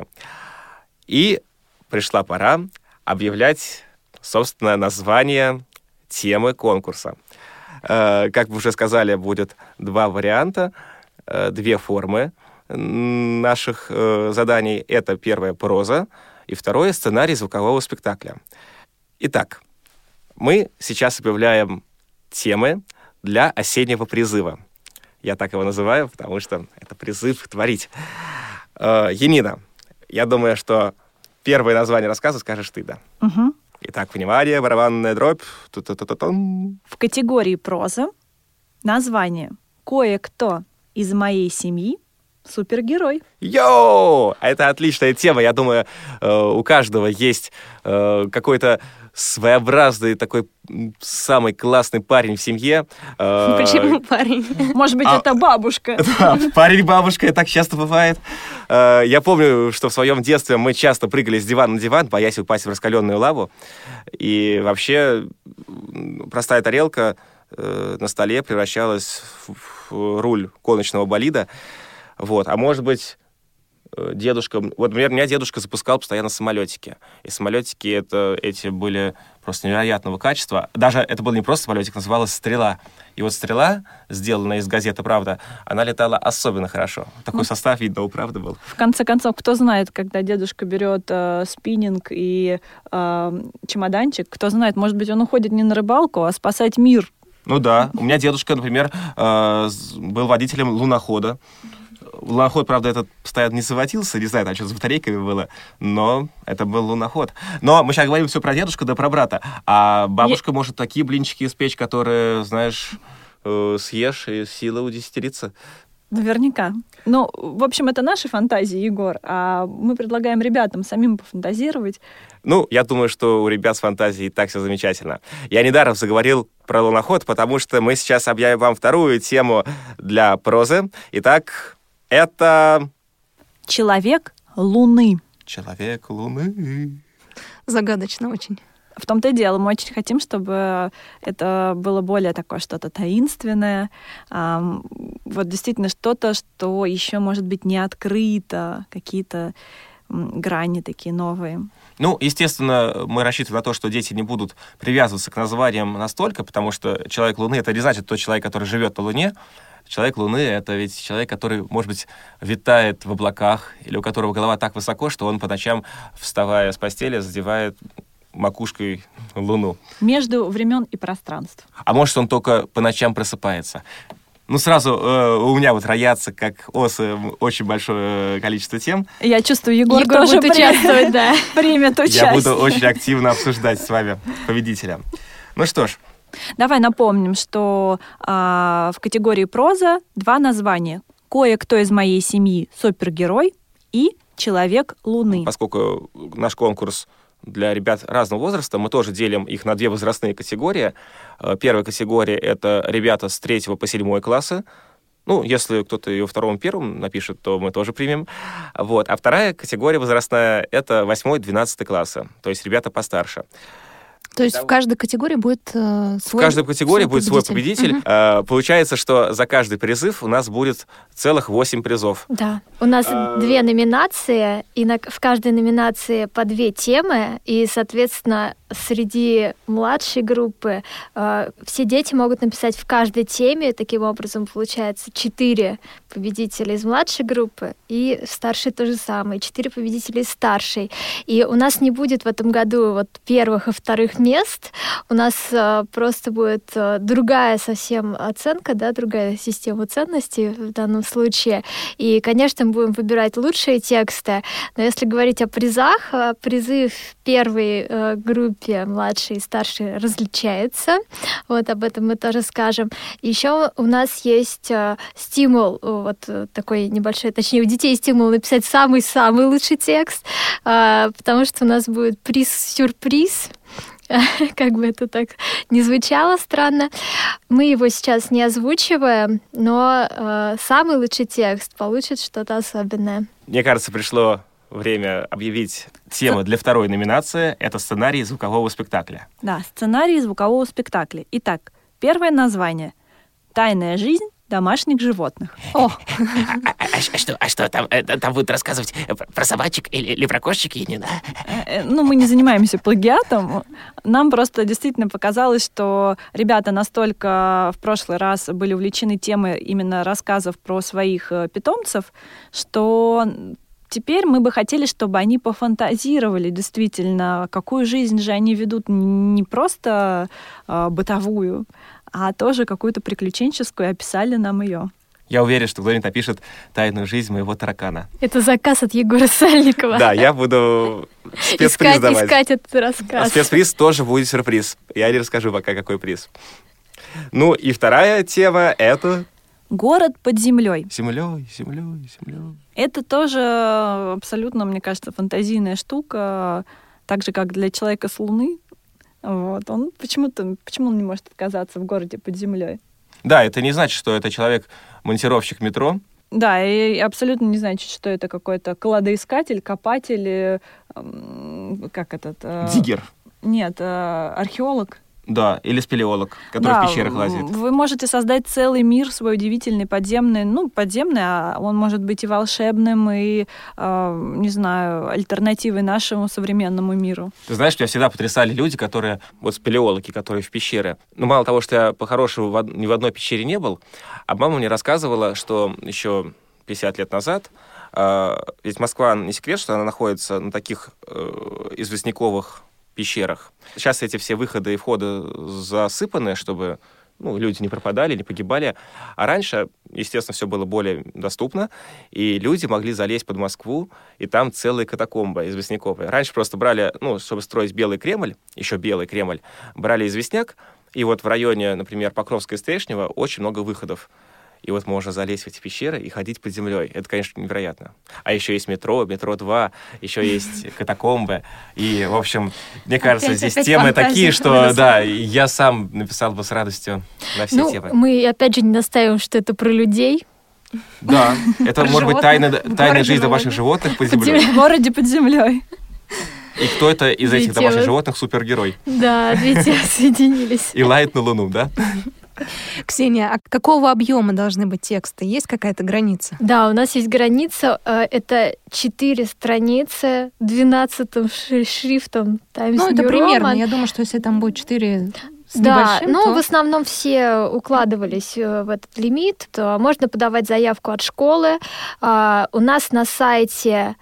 И пришла пора объявлять, собственно, название темы конкурса. Как вы уже сказали, будет два варианта, две формы наших заданий. Это первое — проза, и второе — сценарий звукового спектакля. Итак, мы сейчас объявляем темы для осеннего призыва. Я так его называю, потому что это призыв творить. Янина, я думаю, что первое название рассказа скажешь ты, да? Угу. Итак, внимание, барабанная дробь. В категории проза название «Кое-кто из моей семьи Супергерой. Йоу! Это отличная тема. Я думаю, у каждого есть какой-то своеобразный такой самый классный парень в семье. Почему парень? Может быть, это бабушка. Да, парень-бабушка, так часто бывает. Я помню, что в своем детстве мы часто прыгали с дивана на диван, боясь упасть в раскаленную лаву. И вообще простая тарелка на столе превращалась в руль гоночного болида. Вот. А может быть, дедушка... Вот, например, меня дедушка запускал постоянно самолетики. И самолетики эти были просто невероятного качества. Даже это был не просто самолетик, называлась «Стрела». И вот «Стрела», сделанная из газеты «Правда», она летала особенно хорошо. Такой состав, видно, у «Правды» был. В конце концов, кто знает, когда дедушка берет спиннинг и чемоданчик, кто знает, может быть, он уходит не на рыбалку, а спасать мир. Ну да. У меня дедушка, например, был водителем лунохода. Луноход, правда, этот постоянно не заводился, не знаю, там что с батарейками было, но это был луноход. Но мы сейчас говорим все про дедушку, да про брата. А бабушка может такие блинчики испечь, которые, знаешь, съешь, и сила удесятерится. Наверняка. Ну, в общем, это наши фантазии, Егор, а мы предлагаем ребятам самим пофантазировать. Ну, я думаю, что у ребят с фантазией и так все замечательно. Я недаром заговорил про луноход, потому что мы сейчас объявим вам вторую тему для прозы. Итак, это... Человек Луны. Человек Луны. Загадочно очень. В том-то и дело, мы очень хотим, чтобы это было более такое что-то таинственное, вот действительно что-то, что еще, может быть, не открыто, какие-то грани такие новые. Ну, естественно, мы рассчитываем на то, что дети не будут привязываться к названиям настолько, потому что человек Луны — это не значит тот человек, который живет на Луне. Человек Луны — это ведь человек, который, может быть, витает в облаках, или у которого голова так высоко, что он по ночам, вставая с постели, задевает макушкой Луну. Между времен и пространств. А может, он только по ночам просыпается. Ну, сразу у меня вот роятся, как осы, очень большое количество тем. Я чувствую, Егор тоже будет участвовать, да. Примет участие. Я буду очень активно обсуждать с вами победителя. Ну что ж. Давай напомним, что в категории проза 2 названия. «Кое-кто из моей семьи» — супергерой и «Человек Луны». Поскольку наш конкурс для ребят разного возраста, мы тоже делим их на 2 возрастные категории. Первая категория — это ребята с 3 по 7 класса. Ну, если кто-то ее 2-1 напишет, то мы тоже примем. Вот. А вторая категория возрастная — это 8-12 классы, то есть ребята постарше. То есть в каждой категории будет свой В каждой категории будет свой победитель. Получается, что за каждый призыв у нас будет целых 8 призов. Да. У нас 2 номинации, и в каждой номинации по 2 темы, и, соответственно, среди младшей группы все дети могут написать в каждой теме. Таким образом, получается 4 победителя из младшей группы, и старшей то же самое, 4 победителя из старшей. И у нас не будет в этом году вот первых и вторых мест, у нас просто будет другая совсем оценка, да, другая система ценностей в данном случае. И, конечно, мы будем выбирать лучшие тексты, но если говорить о призах, призы в первой группе младшие и старшие различаются. Вот об этом мы тоже скажем. Еще у нас есть стимул, вот такой небольшой, точнее, у детей стимул написать самый-самый лучший текст, потому что у нас будет приз-сюрприз. Как бы это так не звучало странно. Мы его сейчас не озвучиваем, но самый лучший текст получит что-то особенное. Мне кажется, пришло время объявить тему для второй номинации. Это сценарий звукового спектакля. Да, сценарий звукового спектакля. Итак, первое название «Тайная жизнь домашних животных». О! А что там будут рассказывать про собачек или про кошечек, Енина? Ну, мы не занимаемся плагиатом. Нам просто действительно показалось, что ребята настолько в прошлый раз были увлечены темой именно рассказов про своих питомцев, что теперь мы бы хотели, чтобы они пофантазировали действительно, какую жизнь же они ведут, не просто бытовую, а тоже какую-то приключенческую, описали нам ее. Я уверен, что кто-нибудь напишет «Тайную жизнь моего таракана». Это заказ от Егора Сальникова. Да, я буду спецприз давать. Искать этот рассказ. А спецприз тоже будет сюрприз. Я не расскажу пока, какой приз. Ну и вторая тема — это... Город под землей. Землей. Это тоже абсолютно, мне кажется, фантазийная штука, так же, как для человека с Луны. Вот. Почему он не может отказаться в городе под землей? Да, это не значит, что это человек-монтировщик метро. Да, и абсолютно не значит, что это какой-то кладоискатель, копатель, Диггер. Нет, археолог. Да, или спелеолог, который в пещерах лазит. Вы можете создать целый мир свой удивительный, подземный, а он может быть и волшебным, и, не знаю, альтернативой нашему современному миру. Ты знаешь, меня всегда потрясали люди, которые, спелеологи, которые в пещеры. Мало того, что я по-хорошему ни в одной пещере не был, а мама мне рассказывала, что еще 50 лет назад, ведь Москва, не секрет, что она находится на таких известняковых пещерах. Сейчас эти все выходы и входы засыпаны, чтобы люди не пропадали, не погибали. А раньше, естественно, все было более доступно, и люди могли залезть под Москву, и там целые катакомбы известняковые. Раньше просто брали, чтобы строить Белый Кремль, еще Белый Кремль, брали известняк, и в районе, например, Покровска и Стрешнева очень много выходов. И можно залезть в эти пещеры и ходить под землей. Это, конечно, невероятно. А еще есть метро 2, еще есть катакомбы. И, в общем, мне кажется, здесь темы такие, что, да, я сам написал бы с радостью на все темы. Мы, опять же, не настаиваем, что это про людей. Да, это может быть тайная жизнь ваших животных под землей. В городе под землей. И кто это из этих домашних животных супергерой? Да, две темы соединились. И лает на Луну, да? Ксения, а какого объема должны быть тексты? Есть какая-то граница? Да, у нас есть граница. Это 4 страницы 12 шрифтом Times New Roman. Это примерно. Я думаю, что если там будет 4 с небольшим, но то... в основном все укладывались в этот лимит. То можно подавать заявку от школы. У нас на сайте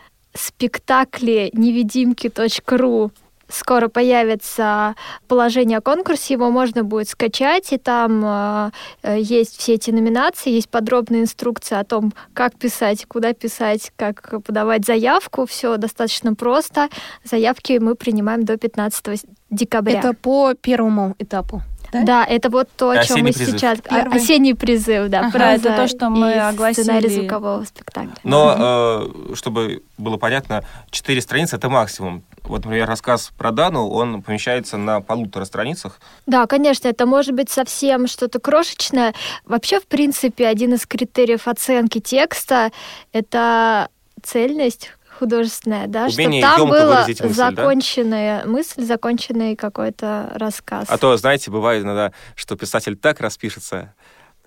спектакли-невидимки.ру скоро появится положение о конкурсе, его можно будет скачать, и там есть все эти номинации, есть подробная инструкция о том, как писать, куда писать, как подавать заявку. Все достаточно просто. Заявки мы принимаем до 15 декабря. Это по первому этапу? Да, это то, о чем мы сейчас... Осенний призыв, да. Это то, что мы огласили. Сценарий звукового спектакля. Но, чтобы было понятно, 4 страницы — это максимум. Например, рассказ про Дану, он помещается на 1,5 страницах. Да, конечно, это может быть совсем что-то крошечное. Вообще, в принципе, один из критериев оценки текста — это цельность художественная, да, чтобы там была законченная мысль, законченный какой-то рассказ. А то, знаете, бывает иногда, что писатель так распишется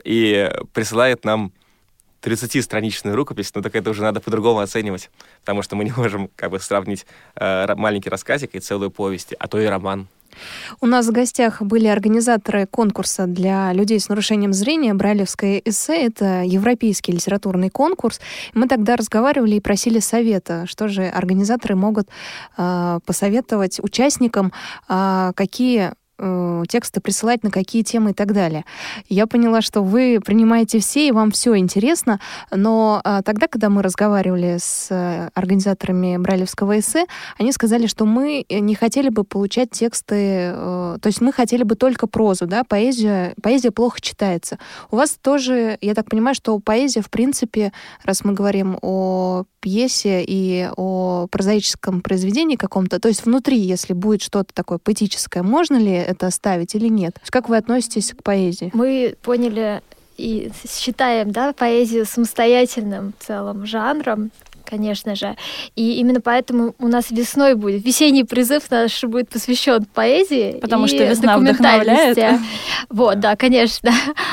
и присылает нам 30-страничную рукопись, так это уже надо по-другому оценивать, потому что мы не можем сравнить маленький рассказик и целую повесть, а то и роман. У нас в гостях были организаторы конкурса для людей с нарушением зрения «Брайлевское эссе». Это европейский литературный конкурс. Мы тогда разговаривали и просили совета, что же организаторы могут посоветовать участникам, какие тексты присылать, на какие темы и так далее. Я поняла, что вы принимаете все, и вам все интересно, но тогда, когда мы разговаривали с организаторами Брайлевского эссе, они сказали, что мы не хотели бы получать тексты, то есть мы хотели бы только прозу, да, поэзия плохо читается. У вас тоже, я так понимаю, что поэзия, в принципе, раз мы говорим о пьесе и о прозаическом произведении каком-то, то есть внутри, если будет что-то такое поэтическое, можно ли это оставить или нет? Как вы относитесь к поэзии? Мы поняли и считаем, да, поэзию самостоятельным целым жанром, конечно же. И именно поэтому у нас весной будет весенний призыв наш будет посвящен поэзии. Потому что весна вдохновляет. Вот, да, конечно.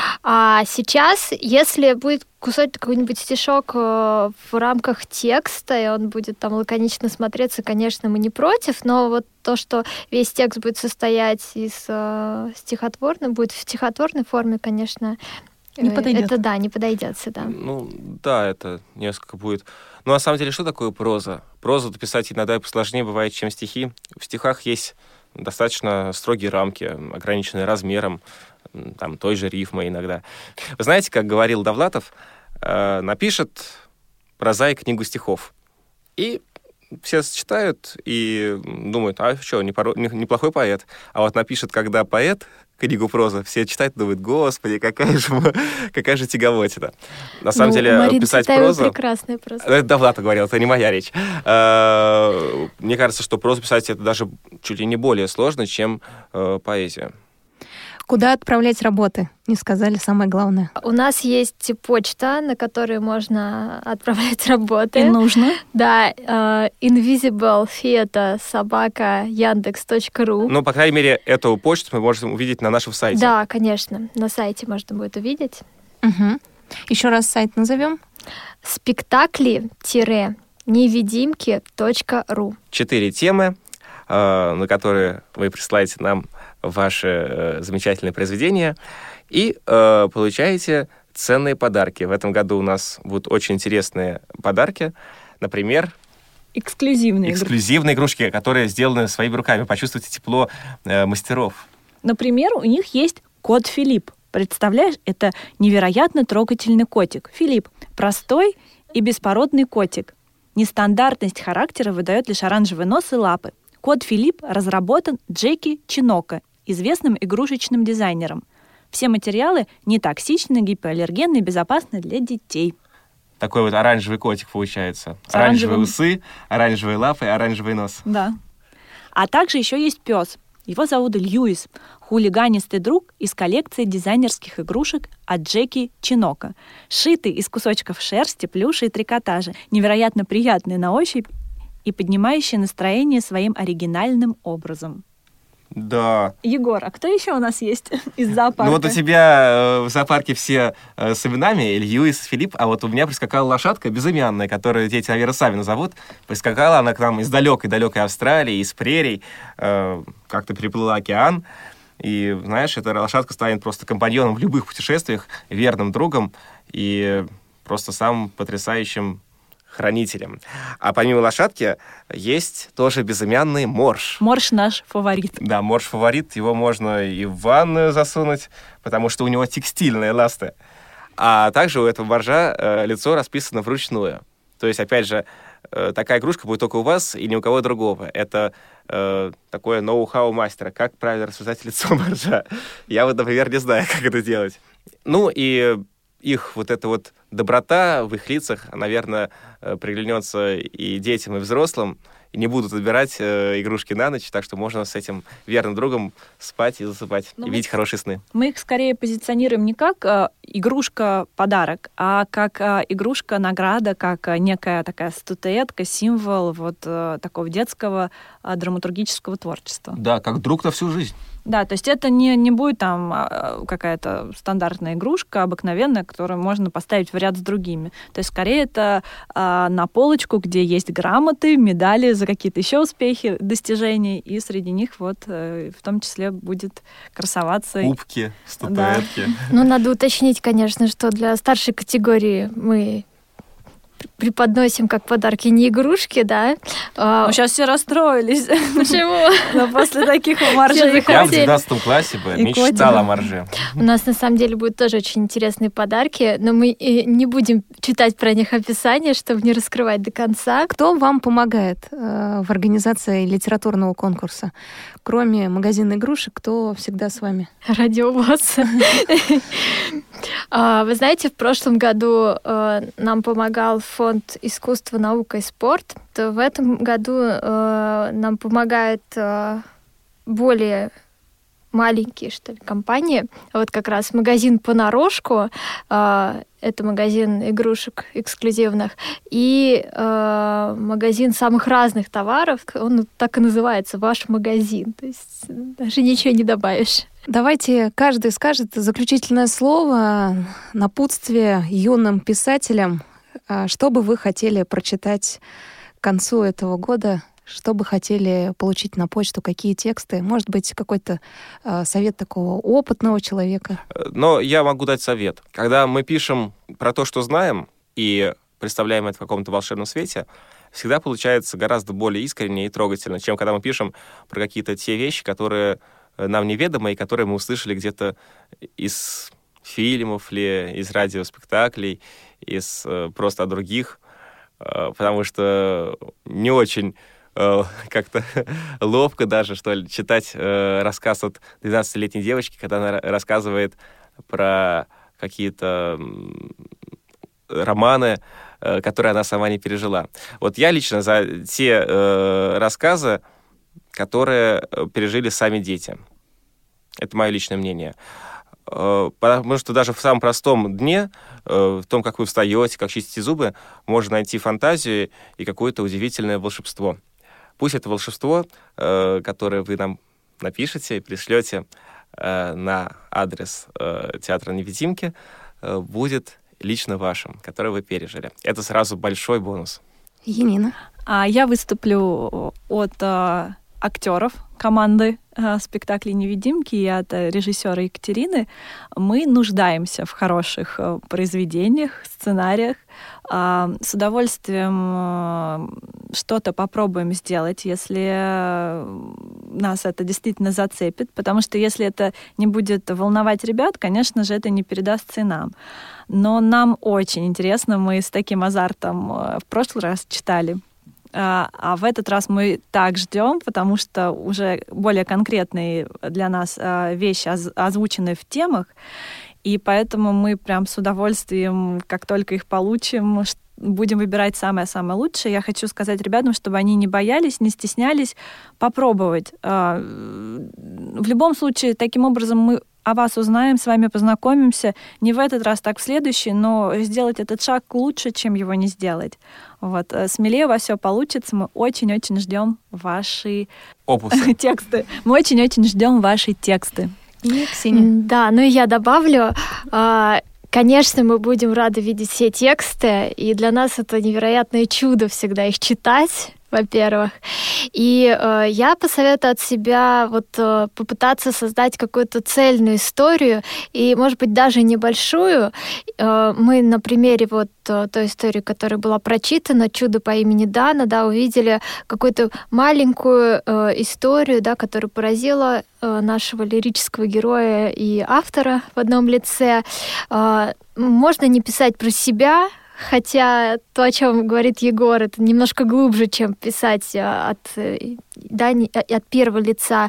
А сейчас, если будет какой-нибудь стишок в рамках текста, и он будет там лаконично смотреться, конечно, мы не против, но вот то, что весь текст будет состоять из стихотворной, будет в стихотворной форме, конечно, не подойдет. Это, не подойдет сюда. Это несколько будет. Но на самом деле, что такое проза? Прозу писать иногда посложнее бывает, чем стихи. В стихах есть достаточно строгие рамки, ограниченные размером, той же рифмой иногда. Вы знаете, как говорил Довлатов, напишет прозаик книгу стихов и все читают и думают, а что, неплохой поэт. А вот напишет, когда поэт книгу прозы, все читают и думают, господи, какая же тягомотина. На самом деле, Марина писать Цветаева прозу... прекрасная проза. Это Довлатов говорил, это не моя речь. Мне кажется, что прозу писать это даже чуть ли не более сложно, чем поэзия. Куда отправлять работы? Не сказали самое главное. У нас есть почта, на которой можно отправлять работы. И нужно. Да, invisibletheater@yandex.ru. Ну, по крайней мере, эту почту мы можем увидеть на нашем сайте. Да, конечно, на сайте можно будет увидеть. Угу. Еще раз сайт назовем. Спектакли-невидимки.ру. 4 темы, на которые вы присылаете нам ваши замечательные произведения и получаете ценные подарки. В этом году у нас будут очень интересные подарки. Например, Эксклюзивные игрушки, которые сделаны своими руками. Почувствуйте тепло мастеров. Например, у них есть кот Филипп. Представляешь, это невероятно трогательный котик. Филипп – простой и беспородный котик. Нестандартность характера выдает лишь оранжевый нос и лапы. Кот Филипп разработан Джеки Чиноко, известным игрушечным дизайнером. Все материалы не токсичны, гипоаллергенны и безопасны для детей. Такой вот оранжевый котик получается. Оранжевые усы, оранжевые лапы, оранжевый нос. Да. А также еще есть пес. Его зовут Льюис, хулиганистый друг из коллекции дизайнерских игрушек от Джеки Чиноко. Сшитый из кусочков шерсти, плюша и трикотажа. Невероятно приятный на ощупь и поднимающий настроение своим оригинальным образом. Да. Егор, а кто еще у нас есть из зоопарка? Ну вот у тебя в зоопарке все с именами, Льюис, Филипп, а вот у меня прискакала лошадка безымянная, которую дети, наверное, сами назовут. Прискакала она к нам из далекой-далекой Австралии, из прерий, как-то переплыла океан. И, знаешь, эта лошадка станет просто компаньоном в любых путешествиях, верным другом и просто самым потрясающим хранителем. А помимо лошадки есть тоже безымянный морж. Морж наш фаворит. Да, морж фаворит. Его можно и в ванную засунуть, потому что у него текстильные ласты. А также у этого моржа лицо расписано вручную. То есть, опять же, такая игрушка будет только у вас и ни у кого другого. Это такое ноу-хау мастера. Как правильно расписать лицо моржа? Я вот, например, не знаю, как это делать. Ну и их вот эта вот доброта в их лицах, наверное, приглянется и детям, и взрослым, и не будут отбирать игрушки на ночь, так что можно с этим верным другом спать и засыпать, и видеть хорошие сны. Мы их скорее позиционируем не как игрушка-подарок, а как игрушка-награда, как некая такая статуэтка, символ вот такого детского драматургического творчества. Да, как друг на всю жизнь. Да, то есть это не будет там какая-то стандартная игрушка, обыкновенная, которую можно поставить в ряд с другими. То есть скорее это на полочку, где есть грамоты, медали за какие-то еще успехи, достижения, и среди них вот в том числе будет красоваться... Кубки, статуэтки. Да. Ну, надо уточнить, конечно, что для старшей категории мы преподносим как подарки не игрушки, да. Ну, сейчас все расстроились. Почему? Но после таких моржей... Я в 12 классе бы мечтала о морже. У нас, на самом деле, будут тоже очень интересные подарки, но мы не будем читать про них описание, чтобы не раскрывать до конца. Кто вам помогает в организации литературного конкурса? Кроме магазина игрушек, кто всегда с вами? Радиовоз. Вы знаете, в прошлом году нам помогал фонд «Искусство, наука и спорт». В этом году нам помогают более маленькие, что ли, компании. Вот как раз магазин «Понарошку», это магазин игрушек эксклюзивных, и магазин самых разных товаров, он так и называется, «Ваш магазин». То есть даже ничего не добавишь. Давайте каждый скажет заключительное слово, напутствие юным писателям. Что бы вы хотели прочитать к концу этого года? Что бы хотели получить на почту? Какие тексты? Может быть, какой-то совет такого опытного человека? Но я могу дать совет. Когда мы пишем про то, что знаем, и представляем это в каком-то волшебном свете, всегда получается гораздо более искренне и трогательно, чем когда мы пишем про какие-то те вещи, которые нам неведомы и которые мы услышали где-то из фильмов или из радиоспектаклей, из просто от других. потому что не очень как-то ловко даже, что ли, читать рассказ от 12-летней девочки, когда она рассказывает про какие-то романы, которые она сама не пережила. Вот я лично за те рассказы, которые пережили сами дети. Это мое личное мнение. Потому что даже в самом простом дне, в том, как вы встаете, как чистите зубы, можно найти фантазию и какое-то удивительное волшебство. Пусть это волшебство, которое вы нам напишете и пришлете на адрес театра «Невидимки», будет лично вашим, который вы пережили. Это сразу большой бонус. Янина? Я выступлю от актеров команды спектакля «Невидимки» и от режиссера Екатерины. Мы нуждаемся в хороших произведениях, сценариях. С удовольствием что-то попробуем сделать, если нас это действительно зацепит, потому что если это не будет волновать ребят, конечно же, это не передастся и нам. Но нам очень интересно, мы с таким азартом в прошлый раз читали. А в этот раз мы так ждем, потому что уже более конкретные для нас вещи озвучены в темах, и поэтому мы прям с удовольствием, как только их получим, будем выбирать самое-самое лучшее. Я хочу сказать ребятам, чтобы они не боялись, не стеснялись попробовать. В любом случае, таким образом мы о вас узнаем, с вами познакомимся. Не в этот раз, так в следующий, но сделать этот шаг лучше, чем его не сделать. Вот. Смелее у вас все получится. Мы очень-очень ждем ваши тексты. Мы очень-очень ждем ваши тексты. И Ксения. Да, ну и я добавлю... Конечно, мы будем рады видеть все тексты, и для нас это невероятное чудо всегда их читать, во-первых. И я посоветую от себя попытаться создать какую-то цельную историю, и, может быть, даже небольшую. Мы на примере той истории, которая была прочитана, «Чудо по имени Дана», да, увидели какую-то маленькую историю, да, которая поразила нашего лирического героя и автора в одном лице. Можно не писать про себя, хотя то, о чем говорит Егор, это немножко глубже, чем писать от первого лица.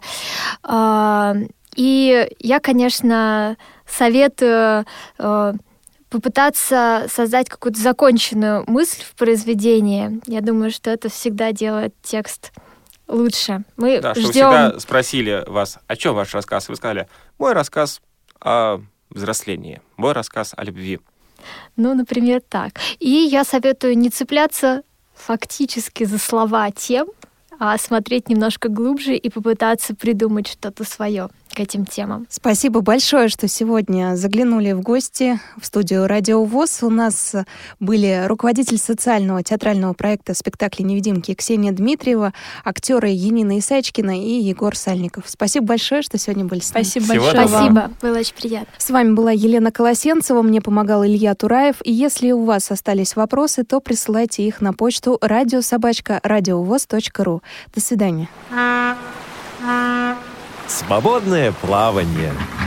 И я, конечно, советую попытаться создать какую-то законченную мысль в произведении. Я думаю, что это всегда делает текст лучше. Мы да, ждем... что всегда спросили вас, о чем ваш рассказ? Вы сказали, мой рассказ о взрослении, мой рассказ о любви. Ну, например, так. И я советую не цепляться фактически за слова тем, а смотреть немножко глубже и попытаться придумать что-то свое к этим темам. Спасибо большое, что сегодня заглянули в гости в студию Радио ВОС. У нас были руководитель социального театрального проекта спектакля «Невидимки» Ксения Дмитриева, актеры Янина Исачкина и Егор Сальников. Спасибо большое, что сегодня были с нами. Спасибо большое. Спасибо, было очень приятно. С вами была Елена Колосенцева, мне помогал Илья Тураев. И если у вас остались вопросы, то присылайте их на почту radio@radiovoz.ru. До свидания. Свободное плавание.